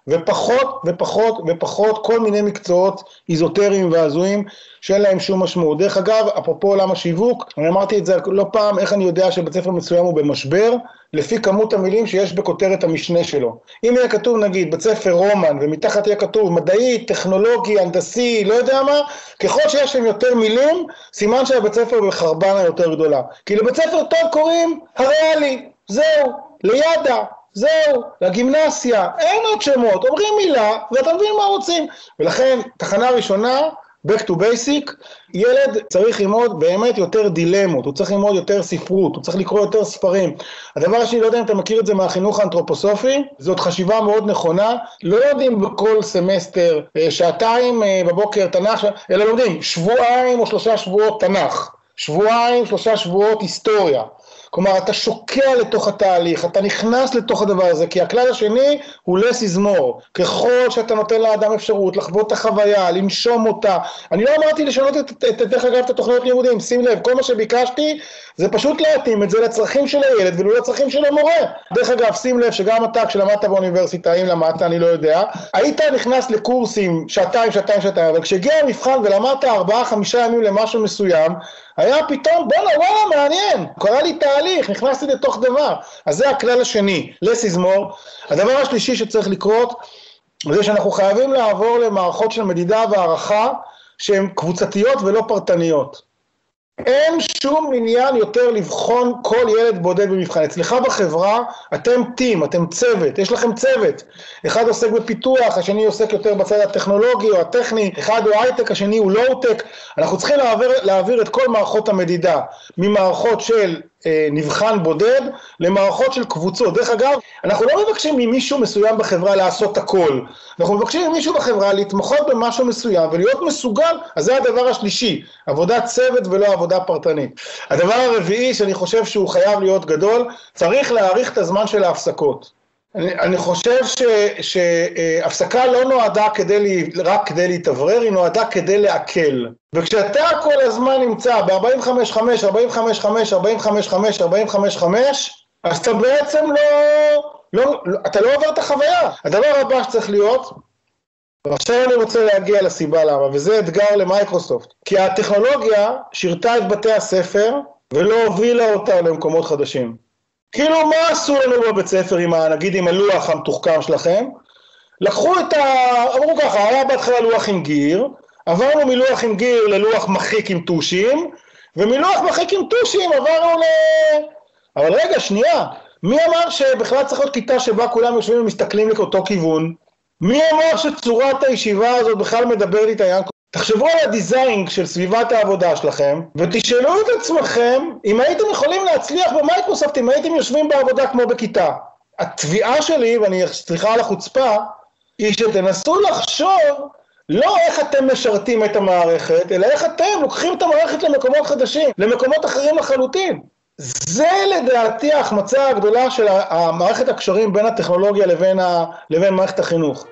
ופחות ופחות ופחות כל מיני מקצועות איזוטריים והזויים שאין להם שום משמעות. דרך אגב, אפרופו עולם השיווק, אני אמרתי את זה לא פעם, איך אני יודע שבית ספר מסוים הוא במשבר, לפי כמות המילים שיש בכותרת המשנה שלו. אם יהיה כתוב נגיד בית ספר רומן, ומתחת יהיה כתוב מדעי, טכנולוגי, הנדסי, לא יודע מה, ככל שיש להם יותר מילים, סימן שהבית ספר בחרבנה יותר גדולה. כי לבית ספר טוב קוראים הריאלי, זהו, לידה. זהו, לגימנסיה, אין עוד שמות, אומרים מילה ואתה מבין מה רוצים. ולכן, תחנה ראשונה, back to basic, ילד צריך ללמוד באמת יותר דילמות, הוא צריך ללמוד יותר ספרות, הוא צריך לקרוא יותר ספרים. הדבר השני, לא יודע אם אתה מכיר את זה מהחינוך האנתרופוסופי, זאת חשיבה מאוד נכונה, לא יודעים בכל סמסטר שעתיים בבוקר תנ"ך, אלא לומדים שבועיים או שלושה שבועות תנ"ך, שבועיים, שלושה שבועות היסטוריה. כלומר, אתה שוקע לתוך התהליך, אתה נכנס לתוך הדבר הזה, כי הכלל השני הוא less is more. ככל שאתה נותן לאדם אפשרות לחוות את החוויה, לנשום אותה. אני לא אמרתי לשנות את, את, את דרך אגב, את התוכניות לימודים, שים לב, כל מה שביקשתי זה פשוט להתאים את זה לצרכים של הילד ולא לצרכים של המורה. דרך אגב, שים לב שגם אתה כשלמדת באוניברסיטה, אם למדת, אני לא יודע, היית נכנס לקורסים שעתיים, שעתיים, שעתיים, אבל כשהגיע המבחן ולמדת ארבעה, חמישה ימים למשהו מסוים, היה פתאום, בוא'נה, וואלה, מעניין, קרה לי תהליך, נכנסתי לתוך דבר. אז זה הכלל השני, less is more. הדבר השלישי שצריך לקרות, זה שאנחנו חייבים לעבור למערכות של מדידה והערכה, שהן קבוצתיות ולא פרטניות. אין שום עניין יותר לבחון כל ילד בודד במבחן. אצלך בחברה, אתם טים, אתם צוות, יש לכם צוות. אחד עוסק בפיתוח, השני עוסק יותר בצד הטכנולוגי או הטכני, אחד הוא הייטק, השני הוא לואו-טק. אנחנו צריכים להעביר, להעביר את כל מערכות המדידה, ממערכות של אה, נבחן בודד, למערכות של קבוצות. דרך אגב, אנחנו לא מבקשים ממישהו מסוים בחברה לעשות הכל. אנחנו מבקשים ממישהו בחברה להתמחות במשהו מסוים ולהיות מסוגל, אז זה הדבר השלישי, עבודת צוות ולא עבודה פרטנית. הדבר הרביעי שאני חושב שהוא חייב להיות גדול, צריך להאריך את הזמן של ההפסקות. אני, אני חושב שהפסקה לא נועדה כדי, רק כדי להתעברר, היא נועדה כדי להקל. וכשאתה כל הזמן נמצא ב-ארבעים וחמש חמש, ארבעים וחמש חמש, ארבעים וחמש חמש, ארבעים וחמש חמש, אז אתה בעצם לא, לא, לא, אתה לא עובר את החוויה. הדבר הבא שצריך להיות, ועכשיו אני רוצה להגיע לסיבה למה, וזה אתגר למייקרוסופט. כי הטכנולוגיה שירתה את בתי הספר, ולא הובילה אותה למקומות חדשים. כאילו מה עשו לנו בבית ספר, עם, נגיד עם הלוח המתוחכם שלכם? לקחו את ה... אמרו ככה, היה בהתחלה לוח עם גיר, עברנו מלוח עם גיר ללוח מחיק עם טושים, ומלוח מחיק עם טושים עברנו ל... אבל רגע, שנייה, מי אמר שבכלל צריך להיות כיתה שבה כולם יושבים ומסתכלים לאותו כיוון? מי אמר שצורת הישיבה הזאת בכלל מדברת איתה ינקו? תחשבו על הדיזיינינג של סביבת העבודה שלכם, ותשאלו את עצמכם אם הייתם יכולים להצליח במייקרוסופט, אם הייתם יושבים בעבודה כמו בכיתה. התביעה שלי, ואני סליחה על החוצפה, היא שתנסו לחשוב לא איך אתם משרתים את המערכת, אלא איך אתם לוקחים את המערכת למקומות חדשים, למקומות אחרים לחלוטין. זה לדעתי ההחמצה הגדולה של המערכת הקשרים בין הטכנולוגיה לבין, ה... לבין מערכת החינוך.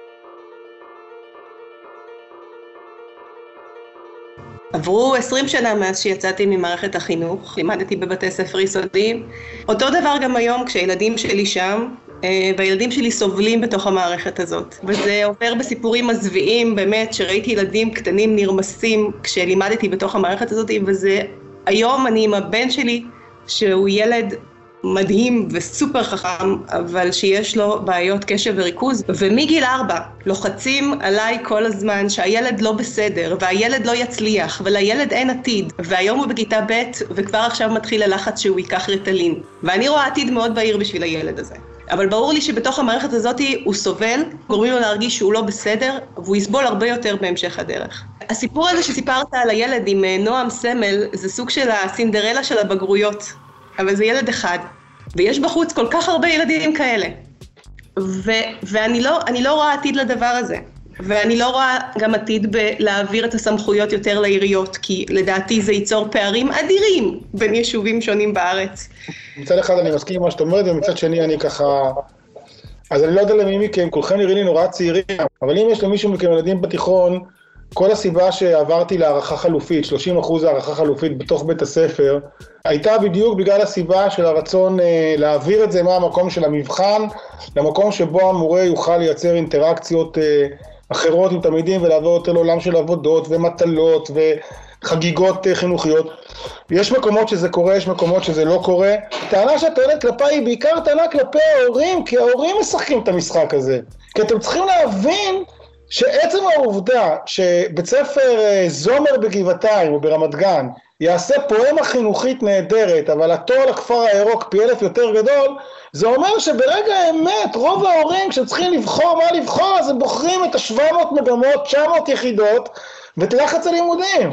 עברו עשרים שנה מאז שיצאתי ממערכת החינוך, לימדתי בבתי ספר יסודיים. אותו דבר גם היום כשהילדים שלי שם, והילדים שלי סובלים בתוך המערכת הזאת. וזה עובר בסיפורים מזוויעים, באמת, שראיתי ילדים קטנים נרמסים כשלימדתי בתוך המערכת הזאת, וזה היום אני עם הבן שלי, שהוא ילד מדהים וסופר חכם, אבל שיש לו בעיות קשב וריכוז, ומגיל ארבע לוחצים עליי כל הזמן שהילד לא בסדר, והילד לא יצליח, ולילד אין עתיד, והיום הוא בכיתה ב' וכבר עכשיו מתחיל הלחץ שהוא ייקח ריטלין, ואני רואה עתיד מאוד בהיר בשביל הילד הזה. אבל ברור לי שבתוך המערכת הזאת הוא סובל, גורמים לו להרגיש שהוא לא בסדר, והוא יסבול הרבה יותר בהמשך הדרך. הסיפור הזה שסיפרת על הילד עם נועם סמל, זה סוג של הסינדרלה של הבגרויות, אבל זה ילד אחד, ויש בחוץ כל כך הרבה ילדים כאלה. ו- ואני לא, אני לא רואה עתיד לדבר הזה, ואני לא רואה גם עתיד בלהעביר את הסמכויות יותר לעיריות, כי לדעתי זה ייצור פערים אדירים בין יישובים שונים בארץ. מצד אחד אני מסכים עם מה שאת אומרת, ומצד שני אני ככה... אז אני לא יודע למי מכם, כולכם נראים לי נורא צעירים, אבל אם יש למישהו מכם ילדים בתיכון, כל הסיבה שעברתי להערכה חלופית, שלושים אחוז הערכה חלופית בתוך בית הספר, הייתה בדיוק בגלל הסיבה של הרצון אה, להעביר את זה מהמקום של המבחן, למקום שבו המורה יוכל לייצר אינטראקציות אה, אחרות עם תלמידים, ולעבור יותר לעולם של עבודות ומטלות וחגיגות אה, חינוכיות. יש מקומות שזה קורה, יש מקומות שזה לא קורה. טענה שהטוענת כלפי היא בעיקר טענה כלפי ההורים, כי ההורים משחקים את המשחק הזה. כי אתם צריכים להבין שעצם העובדה שבית ספר זומר בגבעתיים או ברמת גן יעשה פואמה חינוכית נהדרת, אבל התור לכפר הירוק פי אלף יותר גדול, זה אומר שברגע האמת רוב ההורים שצריכים לבחור מה לבחור, אז הם בוחרים את ה-שבע מאות מגמות, תשע מאות יחידות, ואת לחץ הלימודים.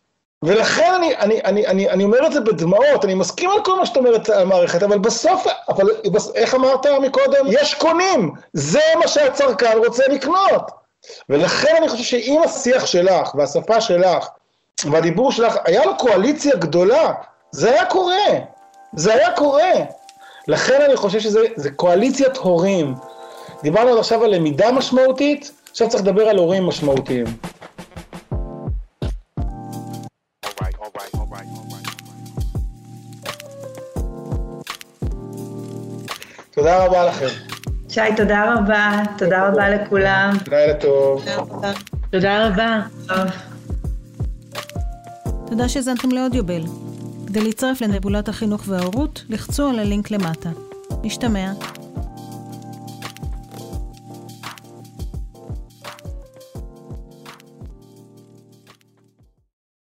ולכן אני, אני, אני, אני, אני אומר את זה בדמעות, אני מסכים על כל מה שאת אומרת על המערכת, אבל בסוף, אבל איך אמרת מקודם? יש קונים, זה מה שהצרכן רוצה לקנות. ולכן אני חושב שאם השיח שלך והשפה שלך והדיבור שלך היה לו קואליציה גדולה, זה היה קורה, זה היה קורה. לכן אני חושב שזה קואליציית הורים. דיברנו עד עכשיו על למידה משמעותית, עכשיו צריך לדבר על הורים משמעותיים. תודה רבה לכם. שי, תודה רבה, תודה רבה לכולם. לילה טוב. תודה רבה. תודה שהזנתם לאודיובל. כדי להצטרף לנבולת החינוך וההורות, לחצו על הלינק למטה. נשתמע.